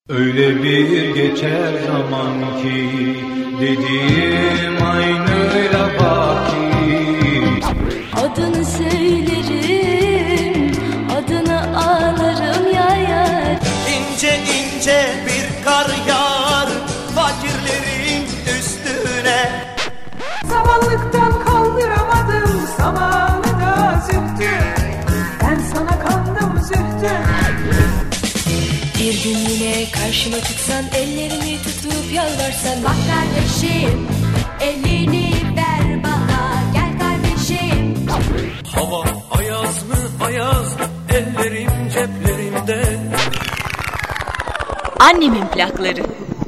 Öyle bir geçer zaman ki dediğim aynıyla baki. Adını söylerim, adını ağlarım yayar. İnce ince bir kar yağar fakirlerin üstüne. Zavallıktan kaldıramadım zamanı da zühtü. Ben sana kandım zühtü. Bir gün yine karşıma çıksan, ellerimi tutup yalvarsan. Bak kardeşim, elini ver bana, gel kardeşim. Hava ayaz mı ayaz, ellerim ceplerimde. Annemin plakları.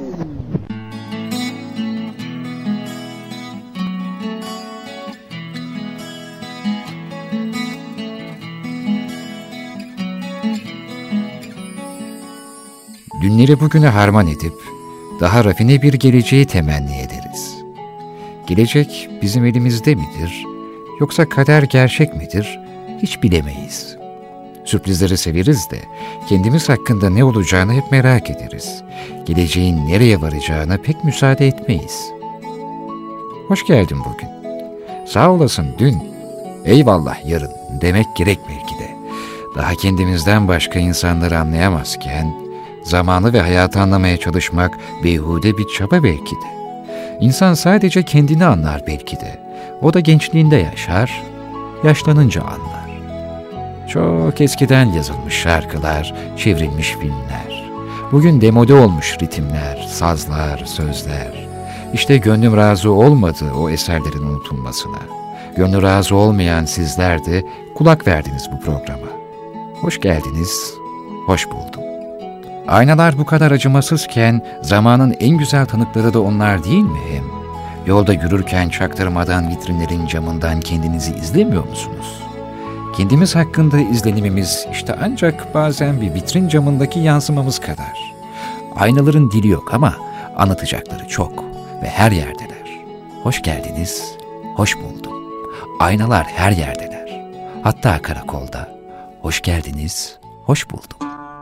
Dünleri bugüne harman edip daha rafine bir geleceği temenni ederiz. Gelecek bizim elimizde midir, yoksa kader gerçek midir, hiç bilemeyiz. Sürprizleri severiz de kendimiz hakkında ne olacağını hep merak ederiz. Geleceğin nereye varacağına pek müsaade etmeyiz. Hoş geldin bugün. Sağ olasın dün. Eyvallah yarın demek gerek belki de. Daha kendimizden başka insanları anlayamazken zamanı ve hayatı anlamaya çalışmak beyhude bir çaba belki de. İnsan sadece kendini anlar belki de. O da gençliğinde yaşar, yaşlanınca anlar. Çok eskiden yazılmış şarkılar, çevrilmiş filmler. Bugün demode olmuş ritimler, sazlar, sözler. İşte gönlüm razı olmadı o eserlerin unutulmasına. Gönlü razı olmayan sizler de kulak verdiniz bu programa. Hoş geldiniz, hoş buldum. Aynalar bu kadar acımasızken zamanın en güzel tanıkları da onlar değil mi hem? Yolda yürürken çaktırmadan vitrinlerin camından kendinizi izlemiyor musunuz? Kendimiz hakkında izlenimimiz işte ancak bazen bir vitrin camındaki yansımamız kadar. Aynaların dili yok ama anlatacakları çok ve her yerdeler. Hoş geldiniz, hoş buldum. Aynalar her yerdeler. Hatta karakolda. Hoş geldiniz, hoş buldum.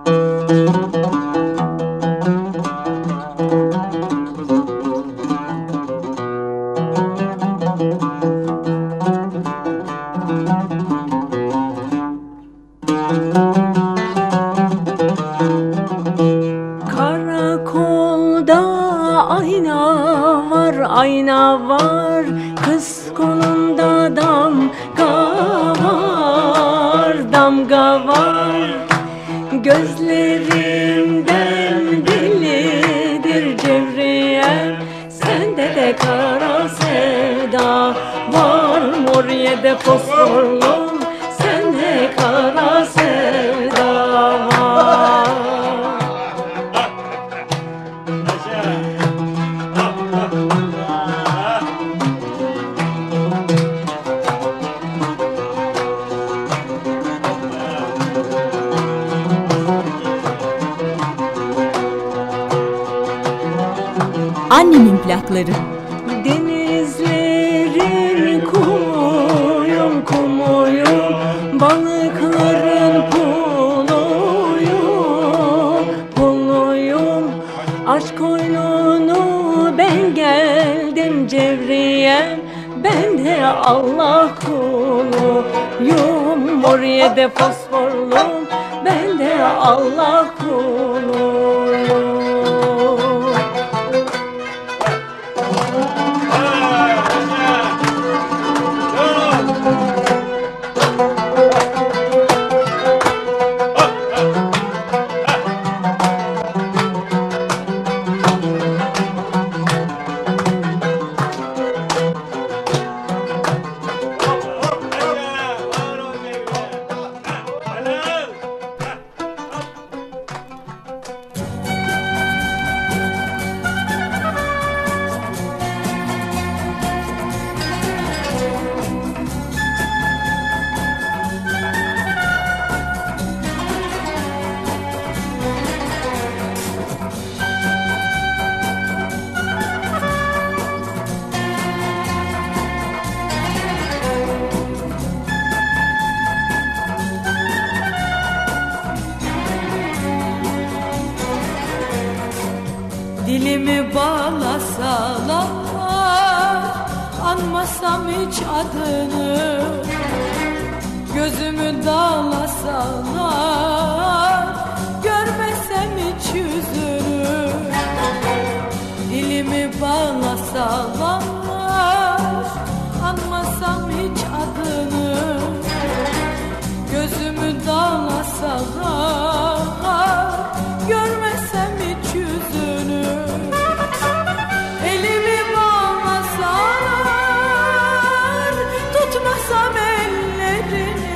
Karakolda ayna var, kız kolunda damga var. Gözlerimden delidir Cevriye, sende de kara sevda var. Moriye'de fosforlu, sende kara sevda var. Annemin plakları. Denizlerin kumuyum, balıkların puluyum. Aşk oyununu ben geldim Cevriye, ben de Allah kuluyum. Oraya fosforlum, ben de Allah kuluyum. Dilimi bağlasalar, anmasam hiç adını, gözümü dağlasalar, görmesem hiç yüzünü. Dilimi bağlasalar, anmasam hiç adını, gözümü dağlasalar, görmesem hiç yüzünü. Elimi bağlasalar, tutmasam ellerini,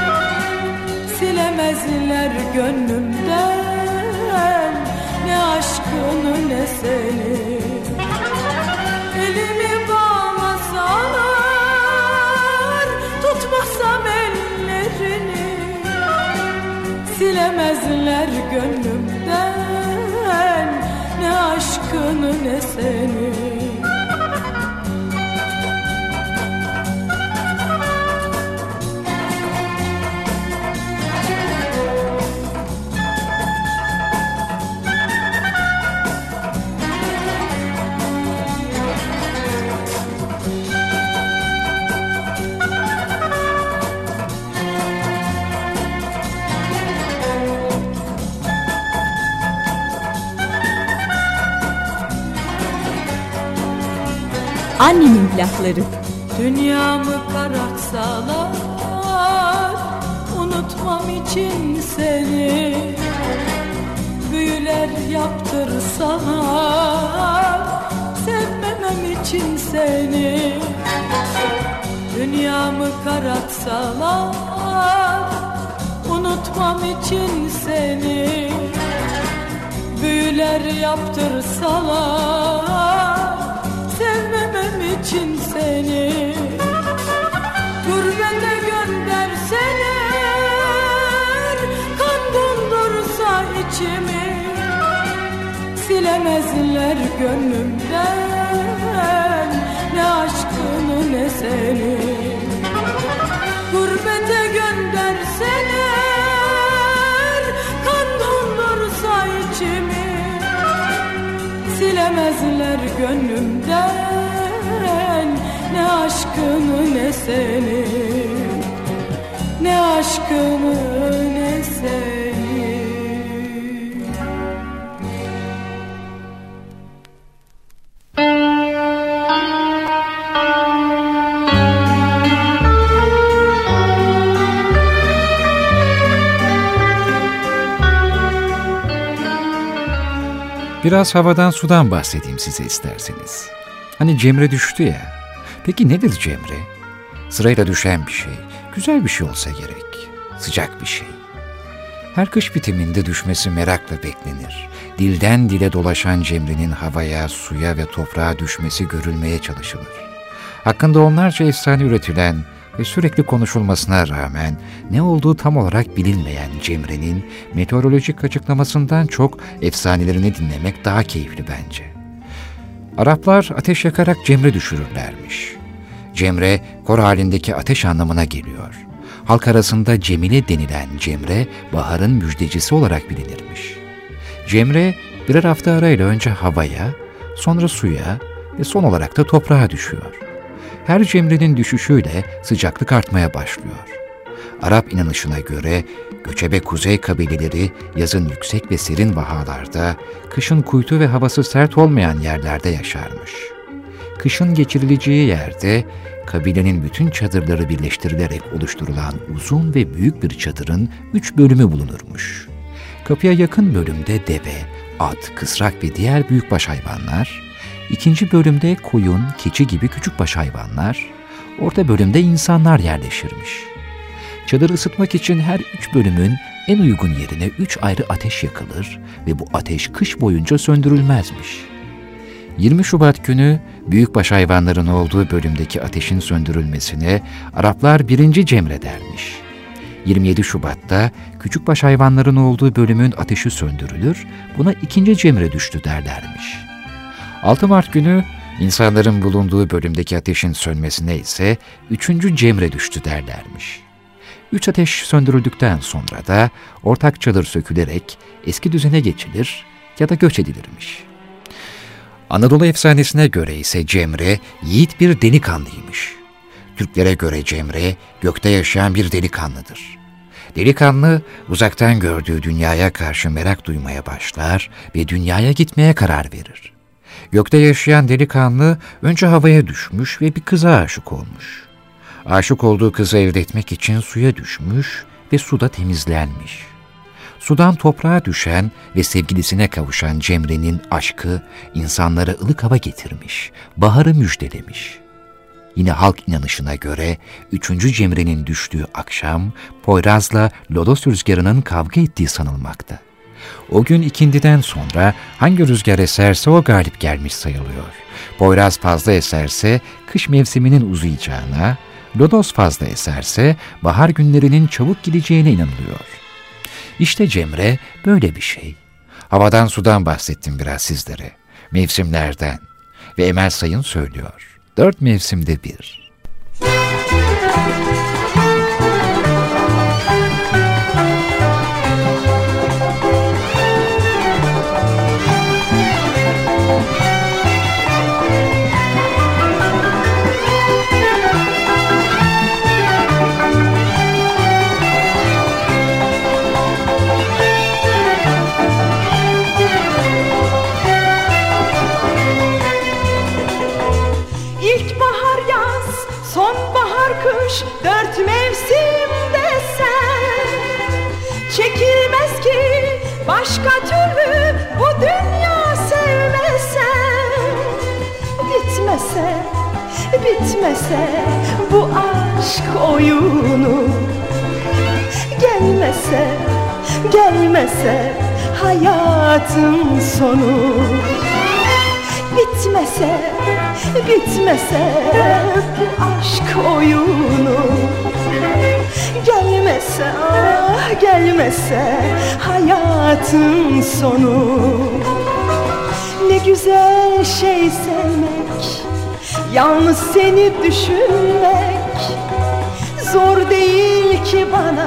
silemezler gönlümden ne aşkını ne seni. Elimi bağlasalar, tutmasam ellerini, silemezler gönlümden ne aşkını ne seni. Annemin plakları. Dünyamı karartsalar, unutmam için seni, büyüler yaptırsalar, sevmemem için seni. Dünyamı karartsalar, unutmam için seni, büyüler yaptırsalar, sevmemem için seni. Gurbete gönderseler, kan dondursa içimi, silemezler gönlümden ne aşkını ne seni. Gurbete gönderseler, kan dondursa içimi, silemezler gönlümden ne aşkını ne seni, ne aşkını ne seni. Biraz havadan sudan bahsedeyim size isterseniz. Hani Cemre düştü ya. Peki nedir Cemre? Sırayla düşen bir şey. Güzel bir şey olsa gerek. Sıcak bir şey. Her kış bitiminde düşmesi merakla beklenir. Dilden dile dolaşan Cemre'nin havaya, suya ve toprağa düşmesi görülmeye çalışılır. Hakkında onlarca efsane üretilen ve sürekli konuşulmasına rağmen ne olduğu tam olarak bilinmeyen Cemre'nin meteorolojik açıklamasından çok efsanelerini dinlemek daha keyifli bence. Araplar ateş yakarak Cemre düşürürlermiş. Cemre, kor halindeki ateş anlamına geliyor. Halk arasında Cemile denilen Cemre, baharın müjdecisi olarak bilinirmiş. Cemre, birer hafta arayla önce havaya, sonra suya ve son olarak da toprağa düşüyor. Her Cemre'nin düşüşüyle sıcaklık artmaya başlıyor. Arap inanışına göre göçebe kuzey kabileleri yazın yüksek ve serin vahalarda, kışın kuytu ve havası sert olmayan yerlerde yaşarmış. Kışın geçirileceği yerde kabilenin bütün çadırları birleştirilerek oluşturulan uzun ve büyük bir çadırın 3 bölümü bulunurmuş. Kapıya yakın bölümde deve, at, kısrak ve diğer büyükbaş hayvanlar, İkinci bölümde koyun, keçi gibi küçükbaş hayvanlar, orta bölümde insanlar yerleşirmiş. Çadırı ısıtmak için her 3 bölümün en uygun yerine 3 ayrı ateş yakılır ve bu ateş kış boyunca söndürülmezmiş. 20 Şubat günü büyükbaş hayvanların olduğu bölümdeki ateşin söndürülmesine Araplar 1. Cemre dermiş. 27 Şubat'ta küçükbaş hayvanların olduğu bölümün ateşi söndürülür, buna 2. Cemre düştü derlermiş. 6 Mart günü insanların bulunduğu bölümdeki ateşin sönmesine ise 3. Cemre düştü derlermiş. 3 ateş söndürüldükten sonra da ortak çadır sökülerek eski düzene geçilir ya da göç edilirmiş. Anadolu efsanesine göre ise Cemre yiğit bir delikanlıymış. Türklere göre Cemre gökte yaşayan bir delikanlıdır. Delikanlı uzaktan gördüğü dünyaya karşı merak duymaya başlar ve dünyaya gitmeye karar verir. Gökte yaşayan delikanlı önce havaya düşmüş ve bir kıza aşık olmuş. Aşık olduğu kızı elde etmek için suya düşmüş ve suda temizlenmiş. Sudan toprağa düşen ve sevgilisine kavuşan Cemre'nin aşkı insanlara ılık hava getirmiş, baharı müjdelemiş. Yine halk inanışına göre 3. Cemre'nin düştüğü akşam Poyraz'la lodos rüzgarının kavga ettiği sanılmakta. O gün ikindiden sonra hangi rüzgar eserse o galip gelmiş sayılıyor. Poyraz fazla eserse kış mevsiminin uzayacağına, lodos fazla eserse bahar günlerinin çabuk gideceğine inanılıyor. İşte Cemre böyle bir şey. Havadan sudan bahsettim biraz sizlere. Mevsimlerden. Ve Emel Sayın söylüyor. 4 mevsimde bir. Kış 4 mevsimde sen çekilmez ki başka türlü bu dünya sevmesen. Bitmese, bitmese bu aşk oyunu, gelmese, gelmese hayatın sonu. Bitmese, bitmese bu aşk oyunu, gelmese, ah gelmese hayatın sonu. Ne güzel şey sevmek, yalnız seni düşünmek. Zor değil ki bana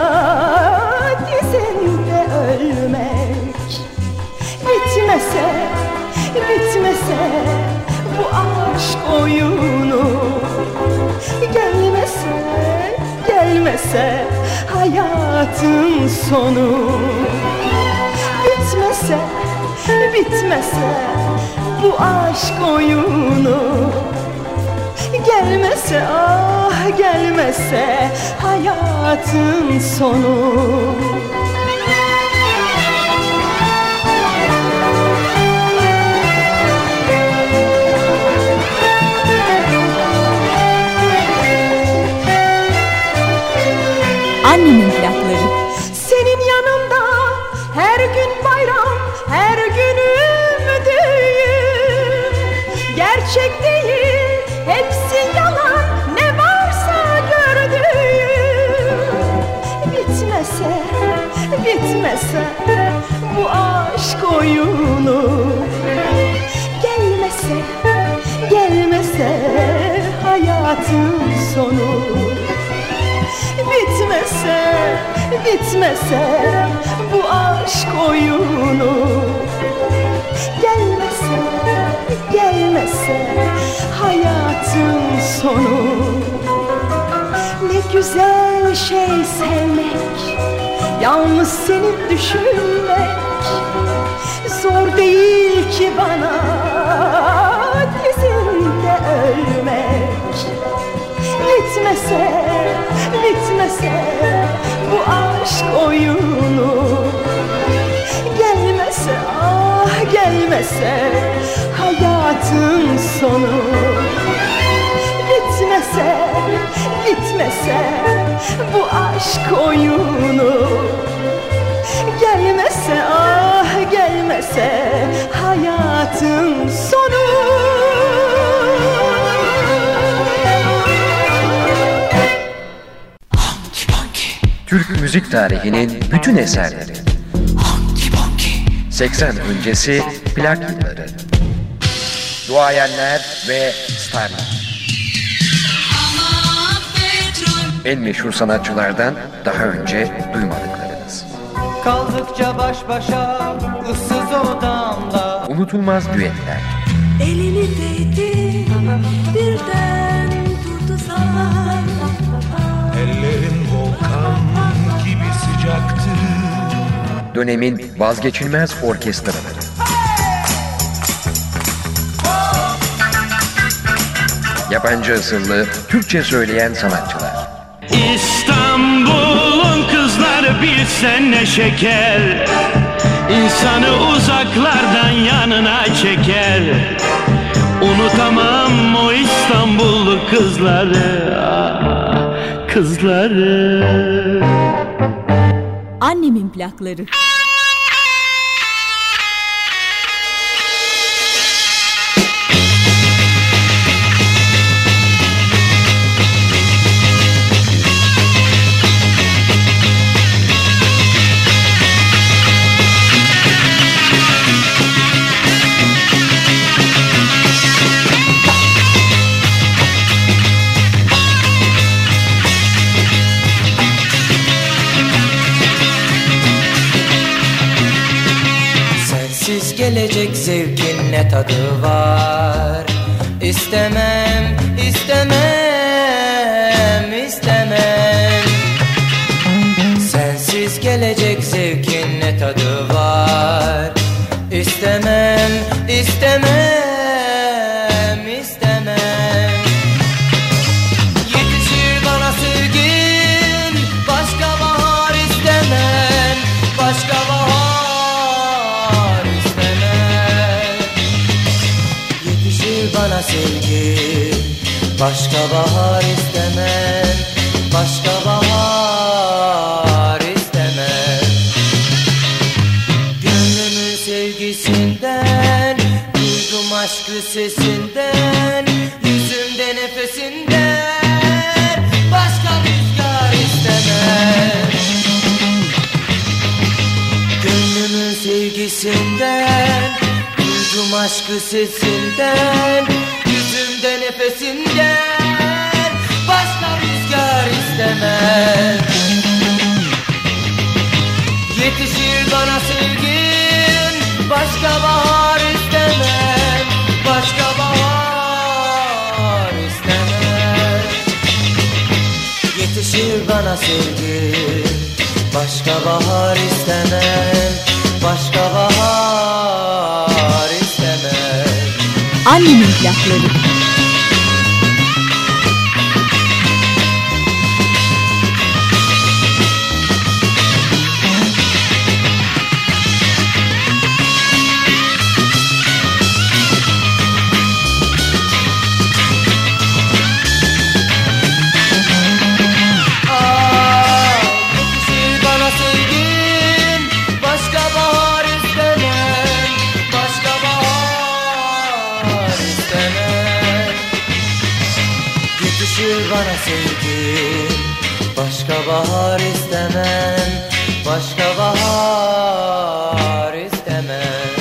dizinde ölmek. Bitmese, bitmese bu aşk oyunu, gelmese, gelmese hayatın sonu. Bitmese, bitmese bu aşk oyunu, gelmese, ah gelmese hayatın sonu. Annemin plakları. Senin yanında her gün bayram, her günüm düğün. Gerçek değil, hepsi yalan, ne varsa gördüğüm. Bitmese, bitmese bu aşk oyunu, gelmese, gelmese hayatın sonu. Bitmese, bitmese bu aşk oyunu, gelmese, gelmese hayatın sonu. Ne güzel şey sevmek, yalnız seni düşünmek. Zor değil ki bana dizinde ölmek. Bitmese, bitmese bu aşk oyunu, gelmese, ah gelmese hayatın sonu. Bitmese, bitmese bu aşk oyunu, gelmese, ah gelmese hayatın sonu. Türk müzik tarihinin bütün eserleri. 80 öncesi plak yılları. Duayenler ve starlar. En meşhur sanatçılardan daha önce duymadıklarınız. Kaldıkça baş başa ıssız odamda. Unutulmaz düetler. elini değdi, birden durdu zaman. Ellerin volkan gibi sıcaktı. Dönemin vazgeçilmez orkestraları. Yabancı asıllı, Türkçe söyleyen sanatçılar. İstanbul'un kızları bilsen ne şeker, İnsanı uzaklardan yanına çeker. Unutamam o İstanbullu kızları, ah, kızları. Annemin plakları. Gelecek zevkin ne tadı var? İstemem, istemem, istemem. Sensiz gelecek zevkin ne tadı var? İstemem, istemem, istemem. Yetişir bana sevgin, başka bahar istemem, başka bahar. Bana sevgi, başka bahar istemem, başka bahar istemem. Gönlümün sevgisinden, duydum aşkı sesinden, yüzümde nefesinden, başka rüzgar istemem. Gönlümün sevgisinden, duydum aşkı sesinden, yüzümde nefesinden, başka rüzgar istemem. Yetişir bana sevgin, başka bahar istemem, başka bahar istemem. Yetişir bana sevgin, başka bahar istemem, başka bahar istemem. Annemin plakları. Bana sevgin, başka bahar istemem, başka bahar istemem.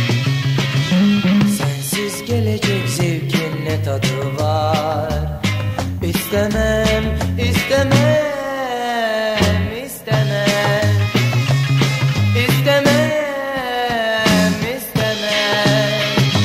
Sensiz gelecek zevkin ne tadı var? İstemem, istemem, istemem, istemem, istemem.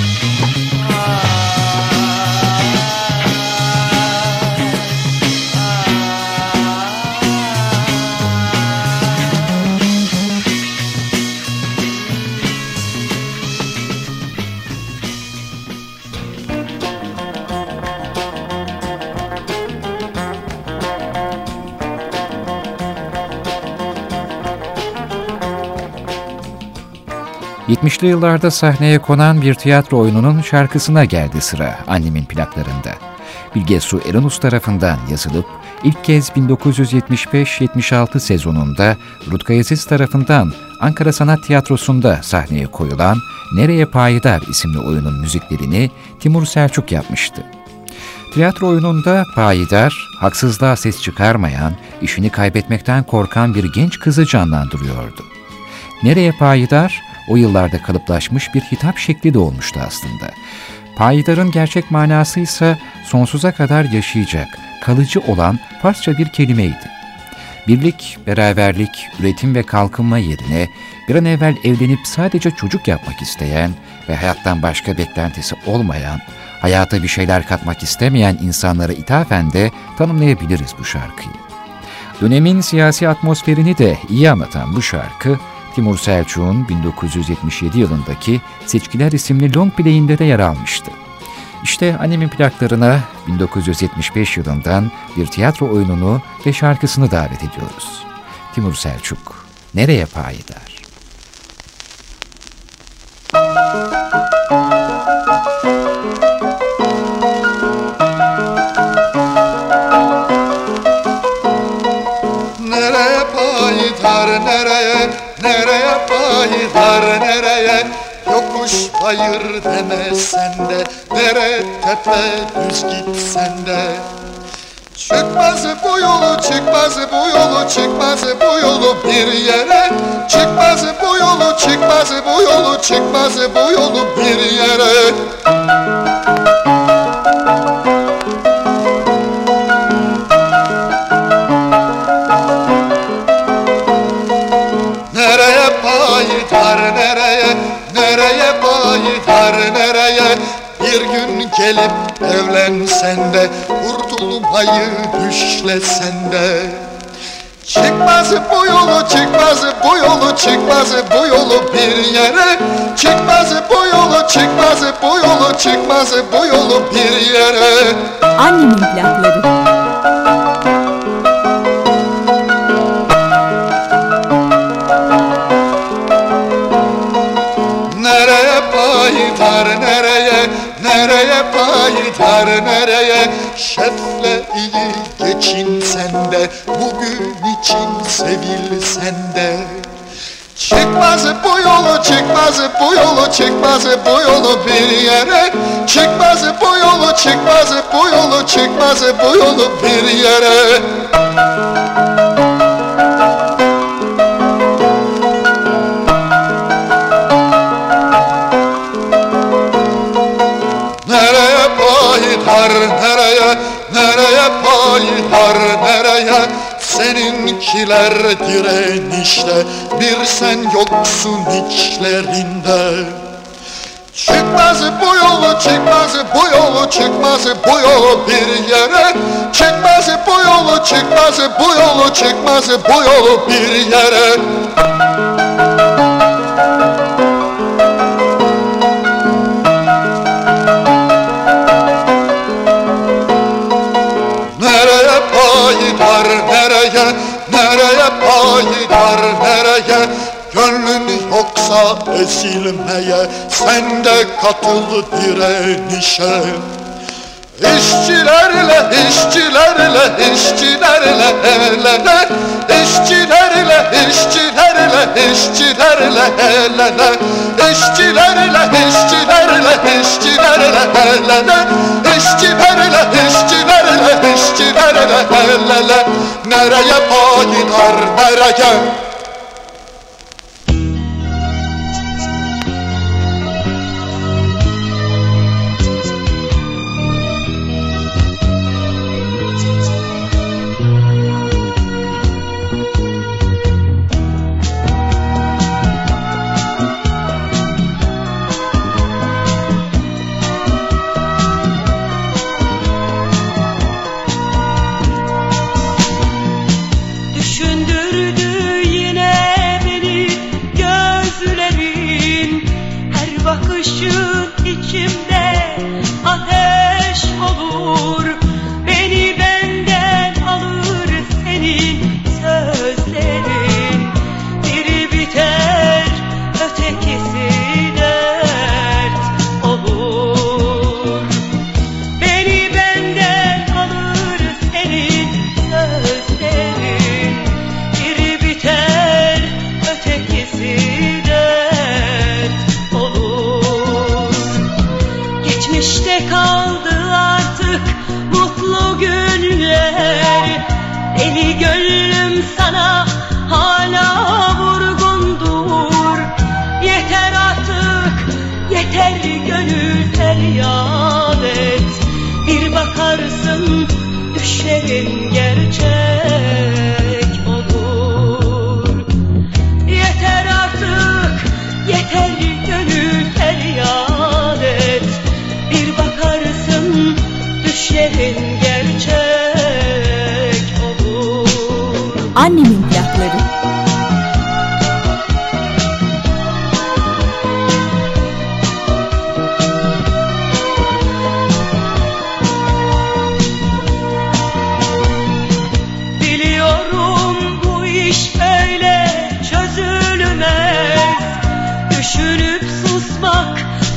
...70'li yıllarda sahneye konan bir tiyatro oyununun şarkısına geldi sıra Annemin plaklarında. Bilge Su Erenus tarafından yazılıp ilk kez 1975-76 sezonunda Rutkay Aziz tarafından Ankara Sanat Tiyatrosu'nda sahneye koyulan Nereye Payidar isimli oyunun müziklerini Timur Selçuk yapmıştı. Tiyatro oyununda Payidar, haksızlığa ses çıkarmayan, işini kaybetmekten korkan bir genç kızı canlandırıyordu. Nereye Payidar, o yıllarda kalıplaşmış bir hitap şekli de olmuştu aslında. Payidarın gerçek manası ise sonsuza kadar yaşayacak, kalıcı olan Farsça bir kelimeydi. Birlik, beraberlik, üretim ve kalkınma yerine bir an evvel evlenip sadece çocuk yapmak isteyen ve hayattan başka beklentisi olmayan, hayata bir şeyler katmak istemeyen insanlara ithafen de tanımlayabiliriz bu şarkıyı. Dönemin siyasi atmosferini de iyi anlatan bu şarkı, Timur Selçuk'un 1977 yılındaki Seçkiler isimli long play'inde de yer almıştı. İşte Annemin plaklarına 1975 yılından bir tiyatro oyununu ve şarkısını davet ediyoruz. Timur Selçuk, Nereye Payidar? Nereye payidar, nereye payidar, nereye? Yokuş bayır deme sen de, dere tepe düz git sen de. Çıkmaz bu yolu, çıkmaz bu yolu, çıkmaz bu yolu bir yere. Çıkmaz bu yolu, çıkmaz bu yolu, çıkmaz bu yolu bir yere. Nereye payidar, nereye? Nereye payidar, nereye? Bir gün gelip evlensen de, kurtulmayı düşlesen de. Çıkmaz bu yolu, çıkmaz bu yolu, çıkmaz bu yolu bir yere. Çıkmaz bu yolu, çıkmaz bu yolu, çıkmaz bu yolu bir yere. Annemin plakları. Nereye payidar, nereye? Nereye payidar, nereye? Şefle iyi geçinsen de, bugün için sevilsen de. Çıkmaz bu yolu, çıkmaz bu yolu, çıkmaz bu yolu bir yere. Çıkmaz bu yolu, çıkmaz bu yolu, çıkmaz bu yolu bir yere. Nereye payidar, nereye? Nereye payidar, nereye? Seninkiler direnişte, bir sen yoksun içlerinde. Çıkmaz bu yolu, çıkmaz bu yolu, çıkmaz bu yolu bir yere. Çıkmaz bu yolu, çıkmaz bu yolu, çıkmaz bu yolu bir yere. Nereye payidar, nereye? Nereye payidar, nereye? Gönlün yoksa ezilmeye, sen de katıl direnişe. İşçilerle, işçilerle, işçilerle el ele. İşçilerle, işçilerle, işçilerle el ele. İşçilerle, işçilerle, işçilerle el ele. İşçilerle, işçilerle, işçilerle el ele. Nereye payidar, nereye? Gerçek olur. Yeter artık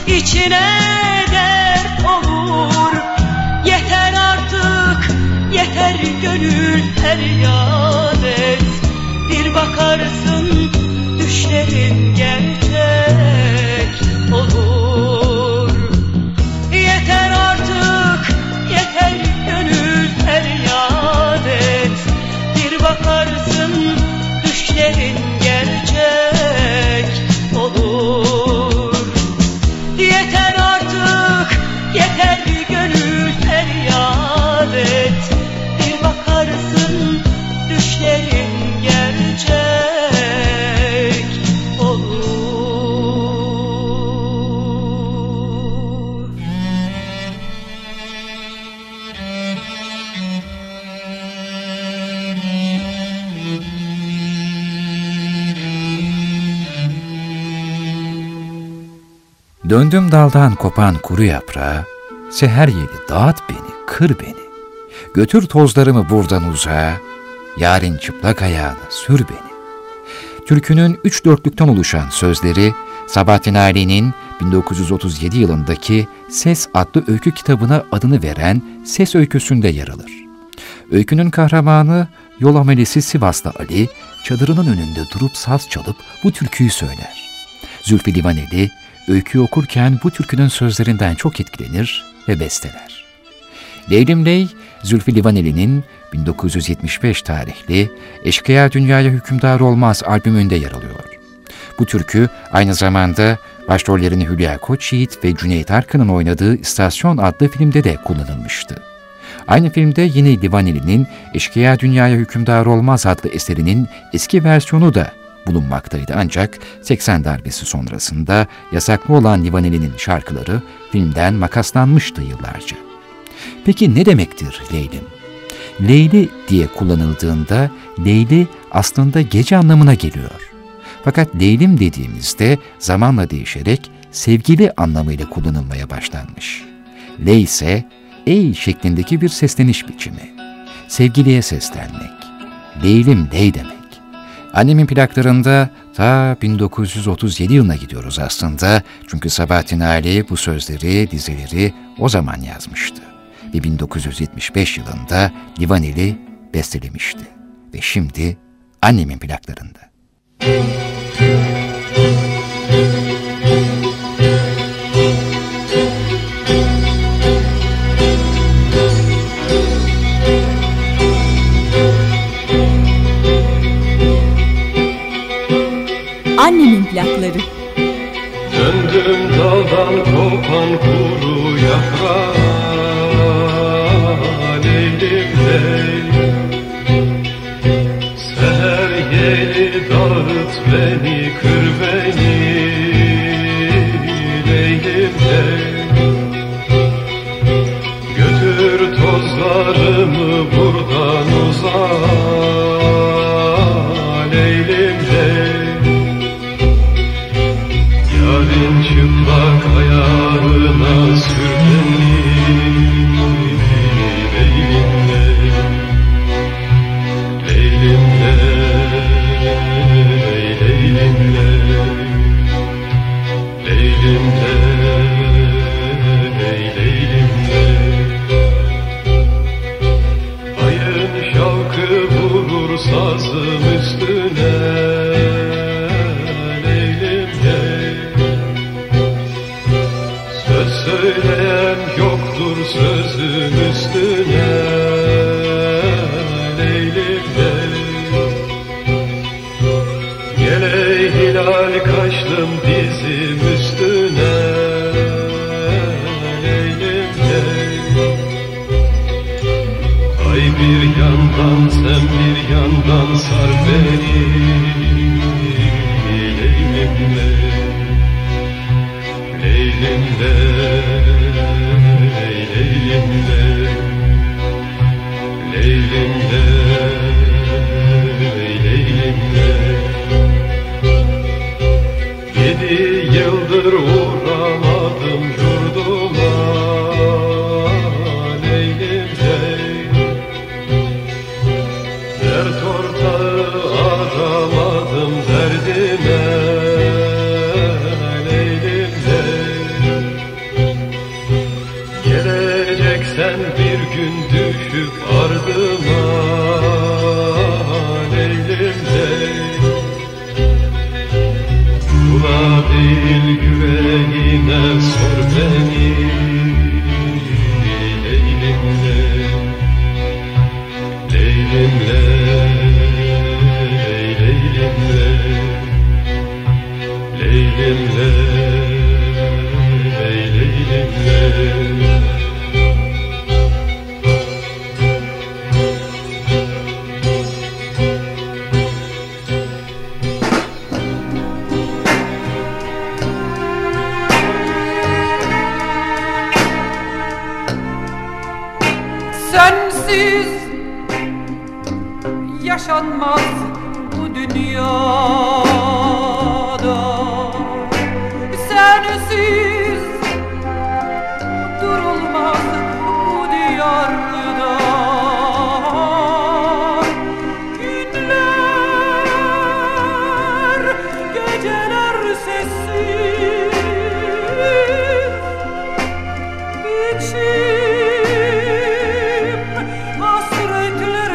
içine dert olur. Yeter artık, yeter gönül feryat et. Bir bakarsın düşlerin gerçek olur. Yeter artık, yeter gönül feryat et. Bir bakarsın düşlerin gerçek olur. Yeter artık, yeter gönül feryat et. Bir bakarsın düşlerin gerçek olur. Döndüm daldan kopan kuru yaprağa, seher yeli dağıt beni, kır beni. Götür tozlarımı buradan uzağa, yarın çıplak ayağına sür beni. Türkünün 3/4'lükten oluşan sözleri, Sabahattin Ali'nin 1937 yılındaki Ses adlı öykü kitabına adını veren Ses öyküsünde yer alır. Öykünün kahramanı, yol amelesi Sivaslı Ali, çadırının önünde durup saz çalıp bu türküyü söyler. Zülfü Livaneli, öyküyü okurken bu türkünün sözlerinden çok etkilenir ve besteler. Leylim Ley, Zülfü Livaneli'nin 1975 tarihli Eşkıya Dünyaya Hükümdar Olmaz albümünde yer alıyor. Bu türkü aynı zamanda başrollerini Hülya Koçyiğit ve Cüneyt Arkın'ın oynadığı İstasyon adlı filmde de kullanılmıştı. Aynı filmde yine Livaneli'nin Eşkıya Dünyaya Hükümdar Olmaz adlı eserinin eski versiyonu da bulunmaktaydı, ancak 80 darbesi sonrasında yasaklı olan Livaneli'nin şarkıları filmden makaslanmıştı yıllarca. Peki ne demektir Leylim? Leyli diye kullanıldığında Leyli aslında gece anlamına geliyor. Fakat Leylim dediğimizde zamanla değişerek sevgili anlamıyla kullanılmaya başlanmış. Ley ise ey şeklindeki bir sesleniş biçimi. Sevgiliye seslenmek. Leylim ley demek. Annemin plaklarında ta 1937 yılına gidiyoruz aslında. Çünkü Sabahattin Ali bu sözleri, dizeleri o zaman yazmıştı. Ve 1975 yılında Livaneli bestelemişti. Ve şimdi annemin plaklarında. Annemin plakları. Döndüm daldan kopan kuru yaprağa, Leylim ley. Seher yeli dağıt beni, kır beni, Leylim ley. Götür tozlarımı buradan uzağa, Leylim ley. Yarın çıplak ayağına sür beni, Leylim ley. Leylim ley, Leylim ley. Leylim ley, Leylim ley. Ayın şavkı vurur sazım üstüne, Leylim ley. Söz söyleyen yoktur sözüm üstüne, Leylim ley. Gele hilal kaçtım dizim üstüne, Leylim ley. Ay bir yandan sen bir yandan sar beni, Leylim ley. Leylim ley, Leylim ley. Leylim ley, Leylim ley. 7 yıldır uğramadım yurduma, Leylim ley. Dert ortağı aramadım derdime, Leylim ley. sor beni Leylimle Leylimle Leylimle Leylimle Leylimle Sensiz yaşanmaz bu dünyada, sensiz durulmaz bu diyarda. Günler, geceler sessiz, içim hasretle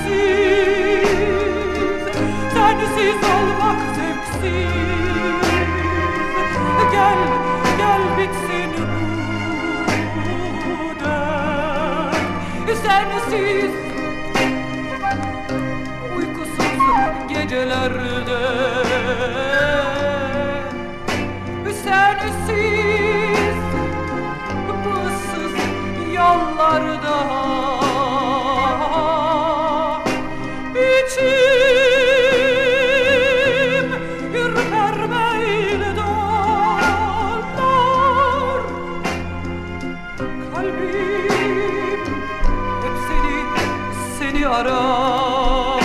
renksiz, sensiz olmak zevksiz. Gel, gel bitsin bu dert. Sensiz uykusuz gecelerde, sensiz ıssız yollarda, içim ürpermeyle dolar. Kalbim hep seni arar.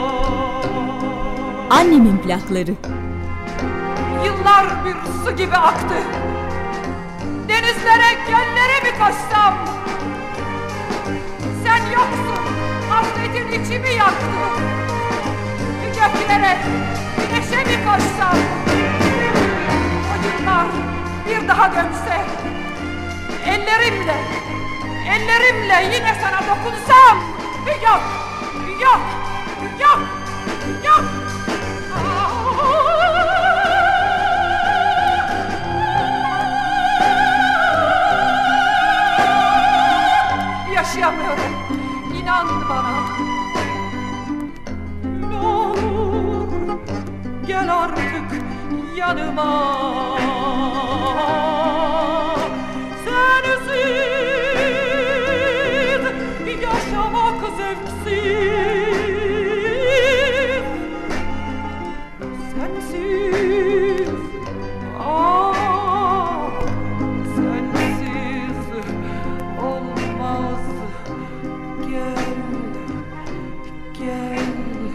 Annemin plakları. Yıllar bir su gibi aktı. Denizlere, göllere mi koşsam? Sen yoksun, hasretin içimi yaktı. Göklere, güneşe mi koşsam? O yıllar bir daha dönse, ellerimle yine sana dokunsam. Yok, yok, yok, yok. Yaşayamıyorum, inan bana. Ne olur gel artık yanıma. Sensiz yaşamak zevksiz. Sensiz, sensiz olmaz. Gel, gel,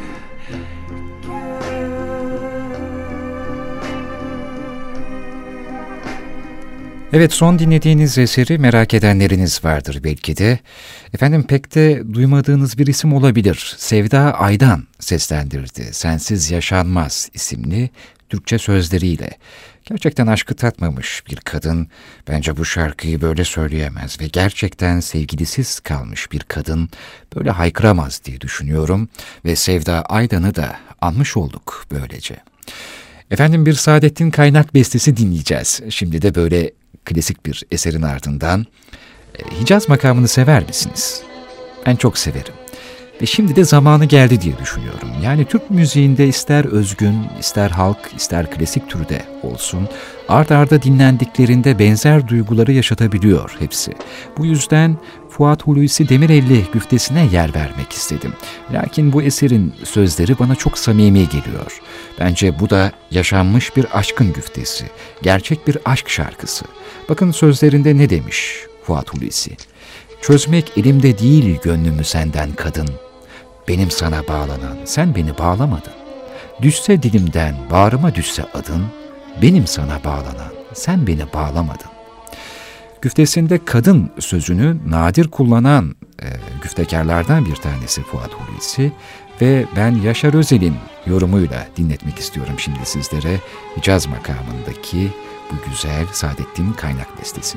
Evet, son dinlediğiniz eseri merak edenleriniz vardır belki de. Efendim, pek de duymadığınız bir isim olabilir. Sevda Aydan seslendirdi Sensiz Yaşanmaz isimli Türkçe sözleriyle. Gerçekten aşkı tatmamış bir kadın bence bu şarkıyı böyle söyleyemez ve gerçekten sevgilisiz kalmış bir kadın böyle haykıramaz diye düşünüyorum ve Sevda Aydan'ı da anmış olduk böylece. Efendim, bir Saadettin Kaynak bestesi dinleyeceğiz. Şimdi de böyle klasik bir eserin ardından. Hicaz makamını sever misiniz? Ben çok severim. Ve şimdi de zamanı geldi diye düşünüyorum. Yani Türk müziğinde ister özgün, ister halk, ister klasik türde olsun, art arda dinlendiklerinde benzer duyguları yaşatabiliyor hepsi. Bu yüzden Fuat Hulusi Demirelli güftesine yer vermek istedim. Lakin bu eserin sözleri bana çok samimi geliyor. Bence bu da yaşanmış bir aşkın güftesi, gerçek bir aşk şarkısı. Bakın sözlerinde ne demiş Fuat Hulusi? Çözmek elimde değil gönlümü senden kadın. Benim sana bağlanan, sen beni bağlamadın. Düşse dilimden, bağrıma düşse adın. Benim sana bağlanan, sen beni bağlamadın. Güftesinde kadın sözünü nadir kullanan güftekarlardan bir tanesi Fuat Hulusi ve ben Yaşar Özel'in yorumuyla dinletmek istiyorum şimdi sizlere Hicaz makamındaki bu güzel Saadettin Kaynak bestesini.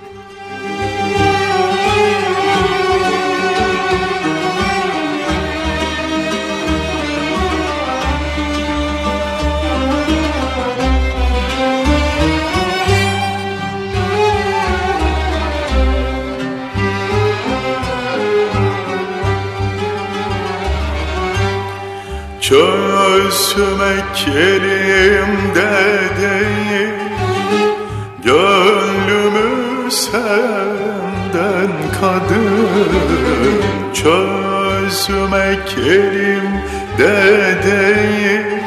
Çözmek elimde değil, gönlümü senden kadın. Çözmek elimde değil,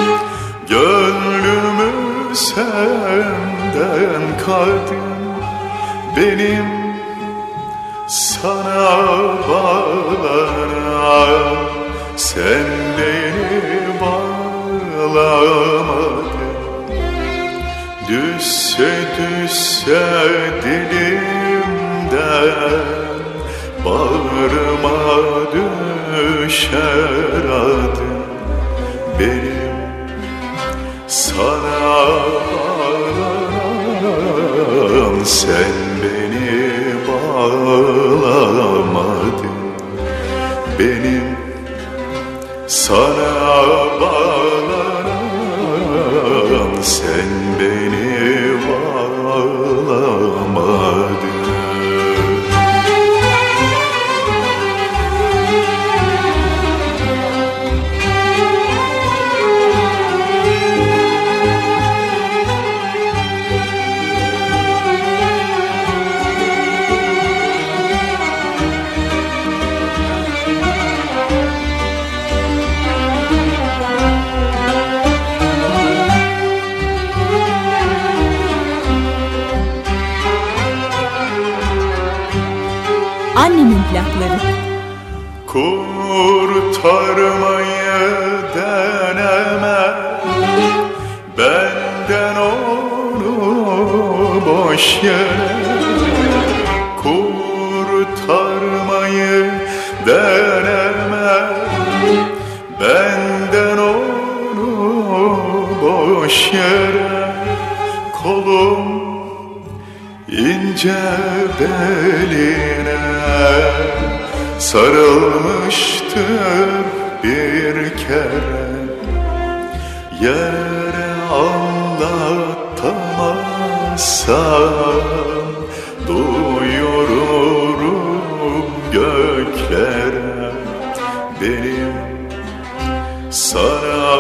gönlümü senden kadın. Benim sana bağlanan, sen beni bağlamadın. Düşse düşse dilimden, bağrıma düşer adın. Benim sana bağlanan, sen beni bağlamadın. Benim sana bağlanan, sen beni bağlamadın. Annemin plakları. Kurtarmayı deneme benden onu boş yere. Kurtarmayı deneme benden onu boş yere. Kolum ince beline sarılmıştır bir kere. Yere anlatamazsam duyururum göklere. Benim sana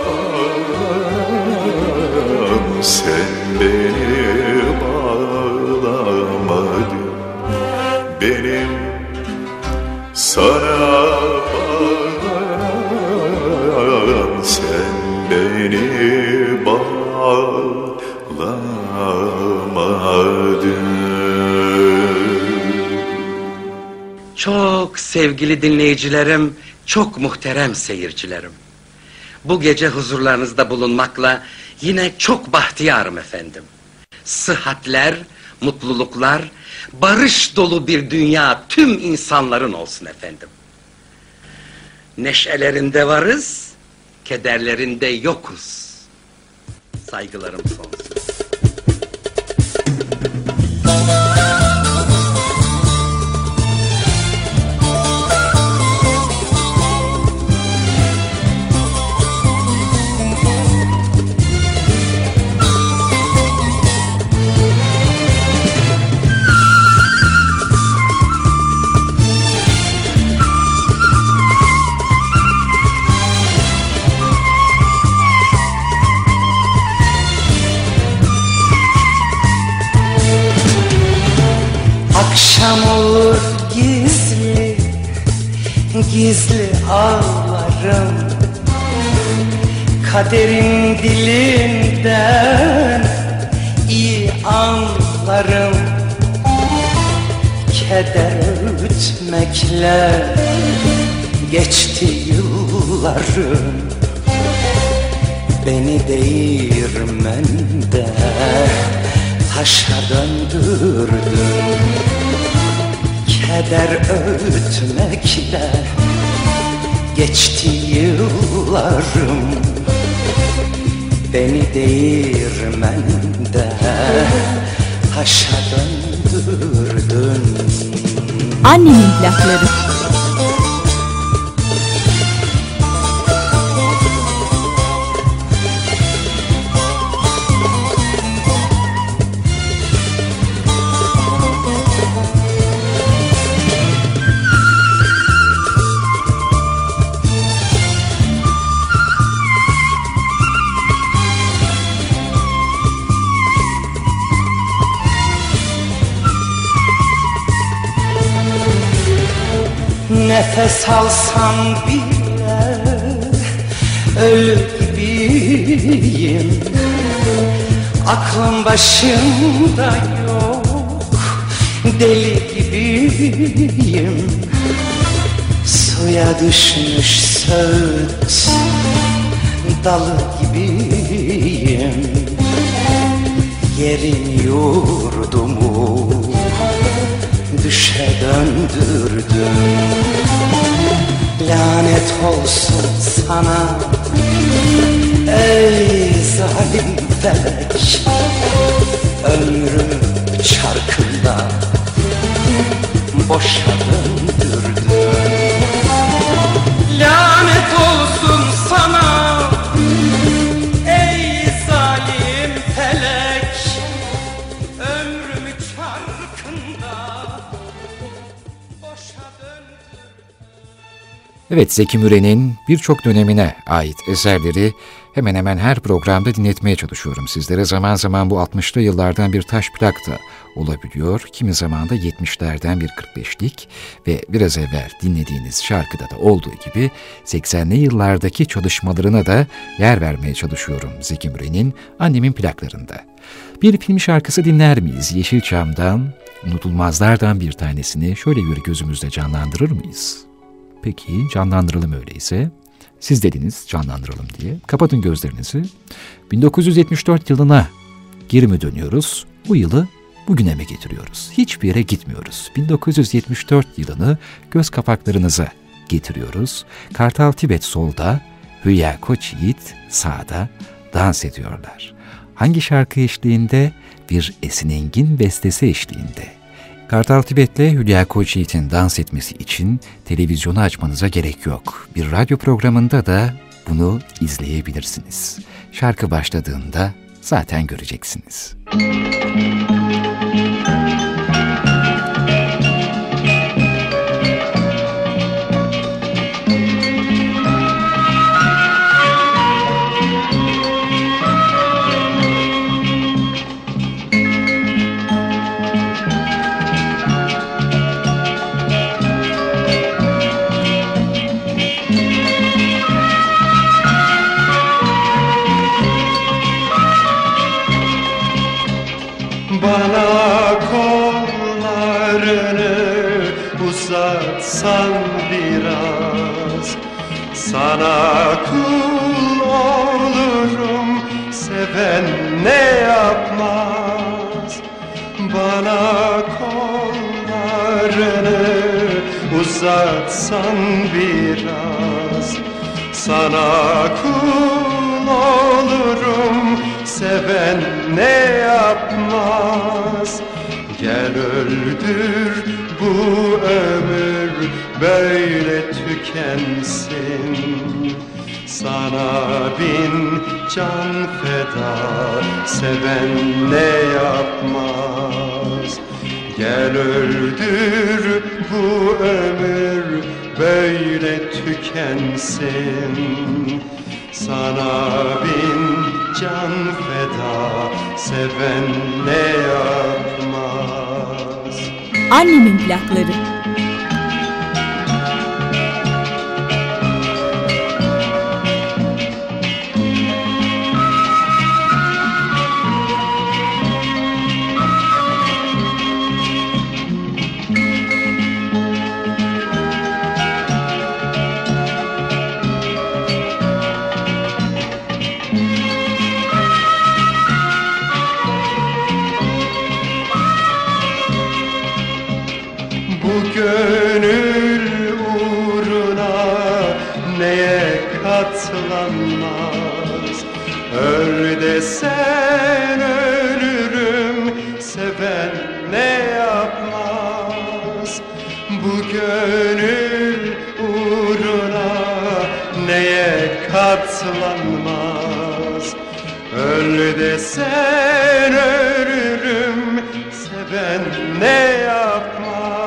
bağlanan, sen beni bağlamadın. Benim sana bağlanan, sen beni bağlamadın. Çok sevgili dinleyicilerim, çok muhterem seyircilerim. Bu gece huzurlarınızda bulunmakla yine çok bahtiyarım efendim. Sıhhatler, mutluluklar, barış dolu bir dünya tüm insanların olsun efendim. Neşelerinde varız, kederlerinde yokuz. Saygılarım sonsuz. Akşam olur gizli, gizli ağlarım. Kaderin dilinden iyi anlarım. Keder öğütmekle geçti yıllarım. Beni değirmende taşa döndürdün. Keder öğütmekle geçti yıllarım. Beni değirmende taşa döndürdün. Annemin plakları. Nefes alsam bile ölü gibiyim. Aklım başımda yok, deli gibiyim. Suya düşmüş söğüt dalı gibiyim. Yerin yurdumu düşe döndürdüm. Lanet olsun sana ey zalim felek. Ömrümü çarkında boşa döndürdüm. Lanet olsun sana ey zalim felek. Ömrümü çarkında boşa döndürdüm. Evet, Zeki Müren'in birçok dönemine ait eserleri hemen hemen her programda dinletmeye çalışıyorum sizlere. Zaman zaman bu 60'lı yıllardan bir taş plak da olabiliyor. Kimi zaman da 70'lerden bir 45'lik ve biraz evvel dinlediğiniz şarkıda da olduğu gibi 80'li yıllardaki çalışmalarına da yer vermeye çalışıyorum Zeki Müren'in Annemin plaklarında. Bir film şarkısı dinler miyiz? Yeşilçam'dan, unutulmazlardan bir tanesini şöyle bir gözümüzde canlandırır mıyız? Peki, canlandıralım öyleyse. Siz dediniz canlandıralım diye. Kapatın gözlerinizi. 1974 yılına geri mi dönüyoruz? Bu yılı bugüne mi getiriyoruz? Hiçbir yere gitmiyoruz. 1974 yılını göz kapaklarınıza getiriyoruz. Kartal Tibet solda, Hülya Koçyiğit sağda dans ediyorlar. Hangi şarkı eşliğinde? Bir Esin Engin bestesi eşliğinde. Kartal Tibet'le Hülya Koçyiğit'in dans etmesi için televizyonu açmanıza gerek yok. Bir radyo programında da bunu izleyebilirsiniz. Şarkı başladığında zaten göreceksiniz. Bana kollarını uzatsan biraz, sana kul olurum, seven ne yapmaz. Bana kollarını uzatsan biraz, sana kul olurum, seven ne yapmaz. Gel öldür bu ömür böyle tükensin. Sana bin can feda, seven ne yapmaz. Gel öldür bu ömür böyle tükensin. Sana bin can feda, seven ne yapmaz. Annemin plakları. Gönül uğruna neye katlanmaz. Öl desen ölürüm, seven ne yapmaz. Bu gönül uğruna neye katlanmaz. Öl desen ölürüm, seven ne yapmaz.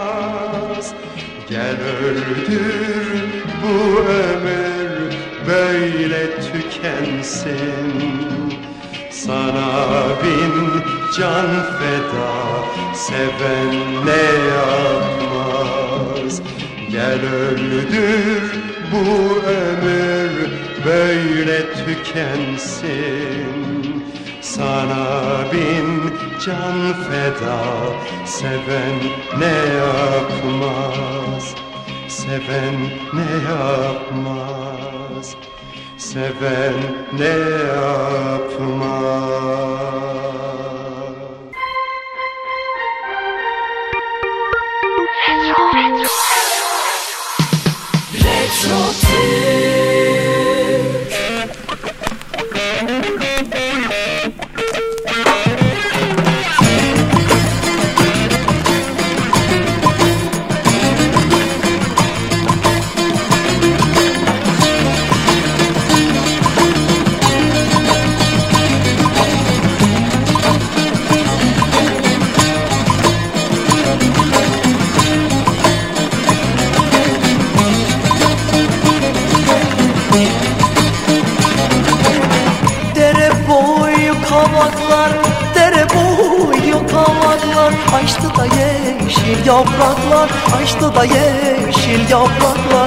Gel öldür bu ömür böyle tükensin. Sana bin can feda, seven ne yapmaz. Gel öldür bu ömür böyle tükensin. Sana bin can feda, seven ne yapmaz? Seven ne yapmaz? Seven ne yapmaz? Açtı da yeşil yapraklar, açtı da yeşil yapraklar.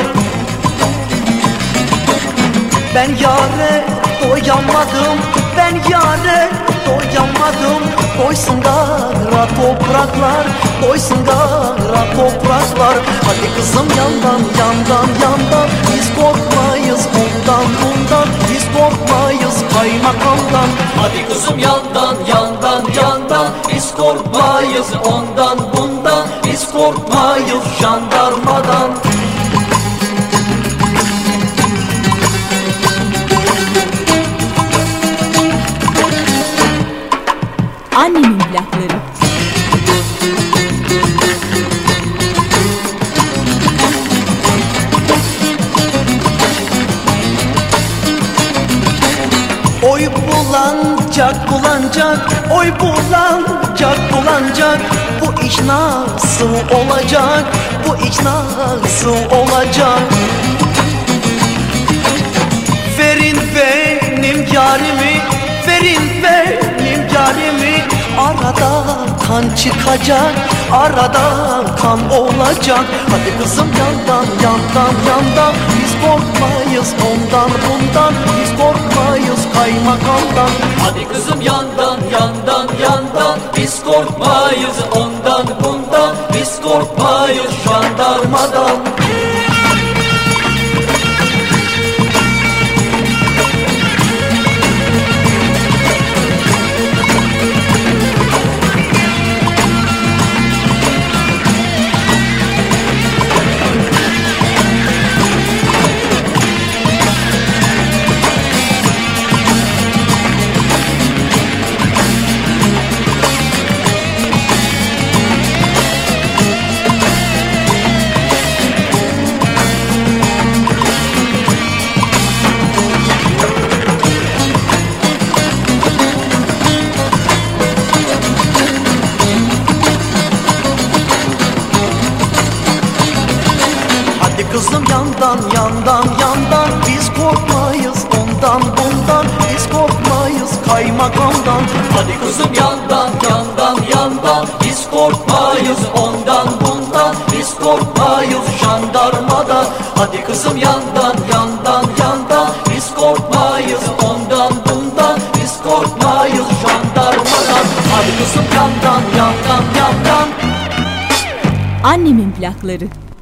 Ben yâre doyamadım, ben yâre doyamadım. Doysun gara topraklar, doysun gara topraklar. Hadi kızım yandan, yandan, yandan. Biz korkmayız ondan, bundan. Biz korkmayız kaymakamdan. Hadi kızım yandan, yandan, yandan. Biz korkmayız ondan, bundan. Biz korkmayız jandarmadan. Annemin plakları. Oy bulanacak, bulanacak, oy bulanacak, bulanacak. Bu iş nasıl olacak, bu iş nasıl olacak? Verin benim yarimi, verin benim yarimi. Arada kan çıkacak, arada kan olacak. Hadi kızım yandan, yandan, yandan. Biz korkmayız ondan, bundan. Biz korkmayız kaymakamdan. Hadi kızım yandan, yandan, yandan. Biz korkmayız ondan, bundan. Biz korkmayız jandarmadan. Kızım yandan, yandan, yandan. Biz korkmayız ondan, bundan. Biz korkmayız kaymakamdan. Hadi kızım yandan, yandan, yandan. Biz korkmayız ondan, bundan. Biz korkmayız jandarmadan. Hadi kızım yandan, yandan, yandan. Biz korkmayız ondan, bundan. Biz korkmayız jandarmadan. Hadi kızım yandan, yandan, yandan. Annemin plakları.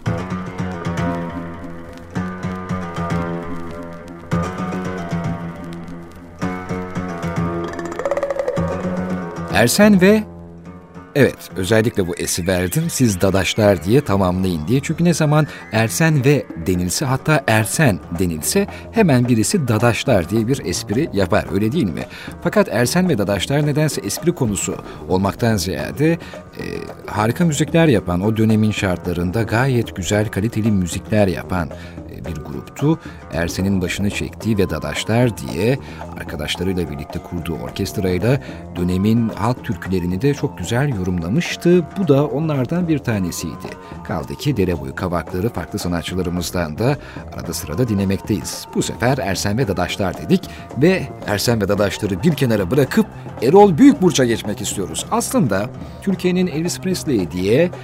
Ersen ve evet, özellikle bu esi verdim siz dadaşlar diye tamamlayın diye. Çünkü ne zaman Ersen ve denilse, hatta Ersen denilse hemen birisi dadaşlar diye bir espri yapar, öyle değil mi? Fakat Ersen ve dadaşlar nedense espri konusu olmaktan ziyade harika müzikler yapan, o dönemin şartlarında gayet güzel kaliteli müzikler yapan bir gruptu. Ersen'in başını çektiği ve dadaşlar diye arkadaşlarıyla birlikte kurduğu orkestrayla dönemin halk türkülerini de çok güzel yorumlamıştı. Bu da onlardan bir tanesiydi. Kaldı ki dere boyu kavakları farklı sanatçılarımızdan da arada sırada dinlemekteyiz. Bu sefer Ersen ve dadaşlar dedik ve Ersen ve dadaşları bir kenara bırakıp Erol Büyükburç'a geçmek istiyoruz. Aslında Türkiye'nin Elvis Presley diye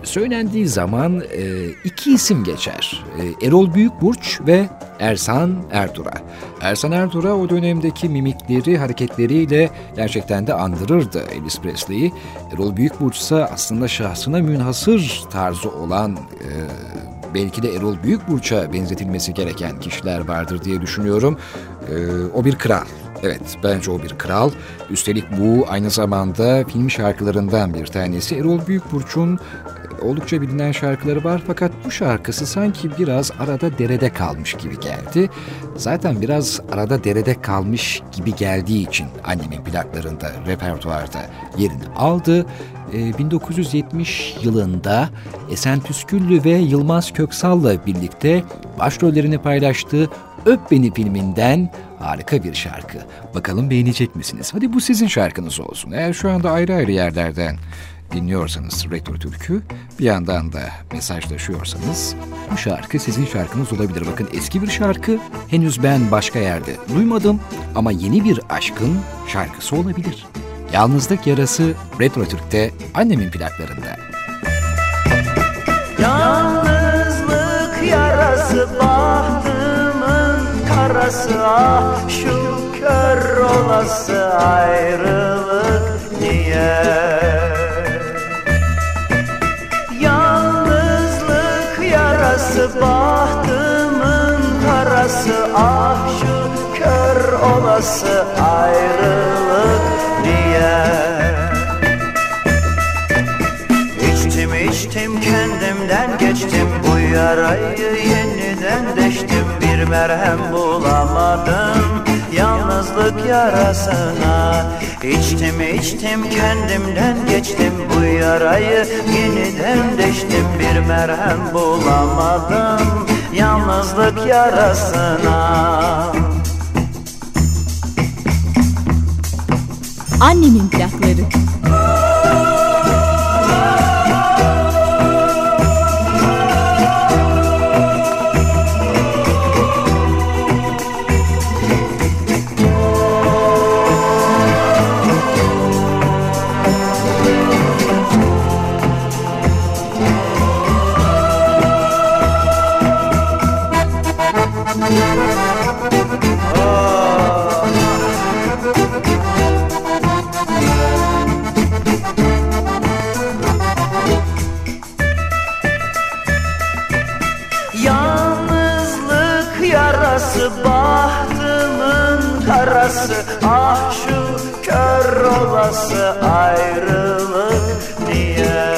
söylendiği zaman iki isim geçer. Erol Büyükburç ve Ersan Ertuğra. Ersan Ertuğra o dönemdeki mimikleri, hareketleriyle gerçekten de andırırdı Elvis Presley'i. Erol Büyükburç ise aslında şahsına münhasır tarzı olan, belki de Erol Büyükburç'a benzetilmesi gereken kişiler vardır diye düşünüyorum. O bir kral. Evet, bence o bir kral. Üstelik bu aynı zamanda film şarkılarından bir tanesi. Erol Büyükburç'un oldukça bilinen şarkıları var fakat bu şarkısı sanki biraz arada derede kalmış gibi geldi. Zaten biraz arada derede kalmış gibi geldiği için annemin plaklarında, repertuarda yerini aldı. 1970 yılında Esen Püsküllü ve Yılmaz Köksal'la birlikte başrollerini paylaştığı Öp Beni filminden harika bir şarkı. Bakalım beğenecek misiniz? Hadi bu sizin şarkınız olsun. Eğer şu anda ayrı ayrı yerlerden dinliyorsanız Retro Türkü, bir yandan da mesajlaşıyorsanız bu şarkı sizin şarkınız olabilir. Bakın, eski bir şarkı, henüz ben başka yerde duymadım ama yeni bir aşkın şarkısı olabilir. Yalnızlık Yarası Retro Türk'te annemin plaklarında. Yalnızlık yarası bahtımın karası, ah şu kör olası ayrılık niye? Yalnızlık yarası bahtımın karası, ah şu kör olası ayrılık niye? İçtim kendimden geçtim, bu yarayı yeniden deştim. Bir merhem bulamadım yalnızlık yarasına. İçtim kendimden geçtim, bu yarayı yeniden deştim. Bir merhem bulamadım yalnızlık yarasına. Annemin plakları. Yalnızlık yarası bahtımın karası, ah şu kör olası ayrılık niye?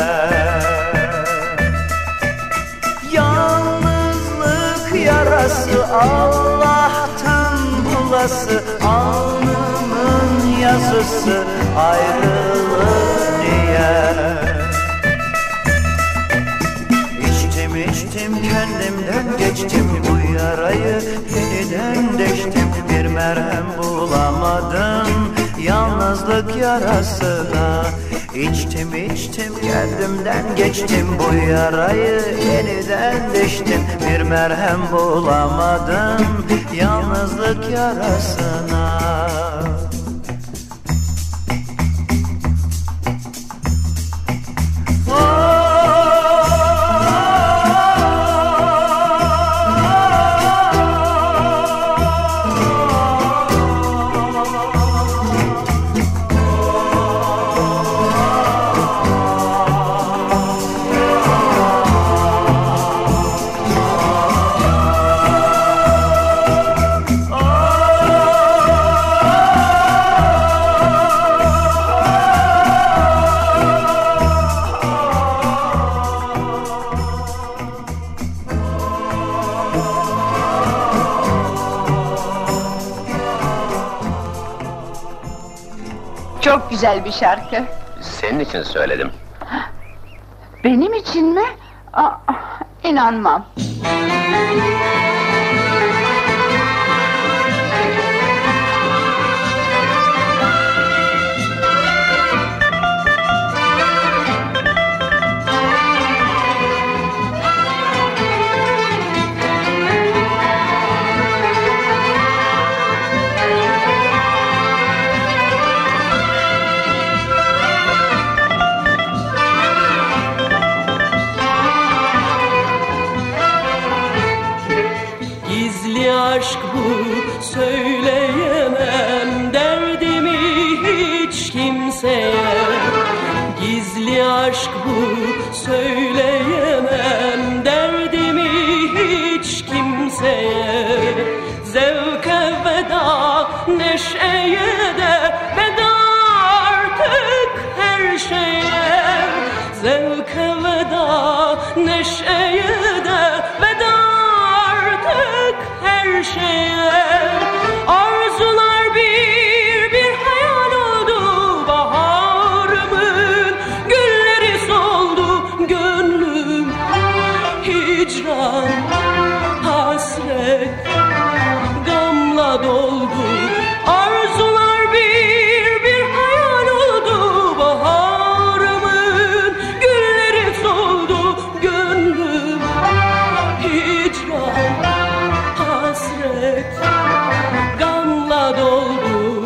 Yalnızlık yarası Allah'tan bulası, alnımın yazısı ayrılık niye? İçtim kendimden geçtim, bu yarayı yeniden deştim. Bir merhem bulamadım yalnızlık yarasına. İçtim kendimden geçtim, bu yarayı yeniden deştim. Bir merhem bulamadım yalnızlık yarasına. Çok güzel bir şarkı. Senin için söyledim. Benim için mi? İnanmam. Gizli aşk bu, söyleyemem derdimi hiç kimseye. Zevke veda, neşeye de veda artık her şeye. Zevke veda, neşeye de veda artık her şeye. Arzular bir hayal oldu, baharımın gülleri soldu. Gönlüm hicran, hasret, gamla doldu. Arzular bir hayal oldu, baharımın gülleri soldu. Gönlüm hicran, hasret, gamla doldu.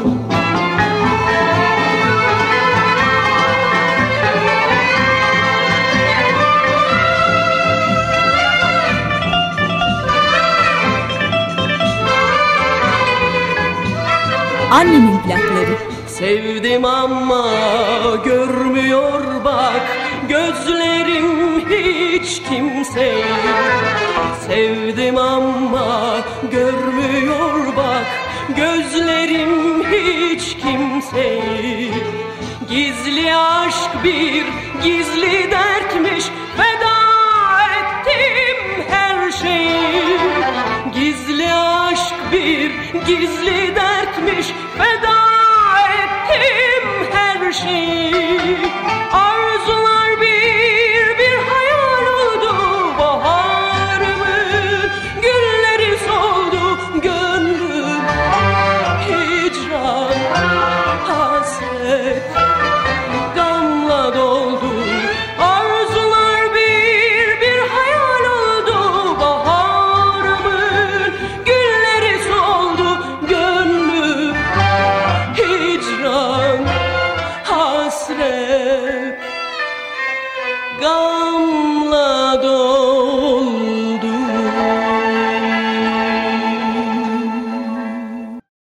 Annemin plakları. Sevdim ama görmüyor bak gözlerim hiç kimseyi. Sevdim ama görmüyor bak gözlerim hiç kimseyi. Gizli aşk bir gizli dertmiş, feda ettim her şeyi. Gizli aşk bir gizli dertmiş, feda ettim her şeyi. Arzular bir hayal oldu, baharımın gülleri soldu. Gönlüm hicran, hasret, gamla doldu. Arzular bir hayal oldu, baharımın gülleri soldu. Gönlüm hicran, hasret, gamla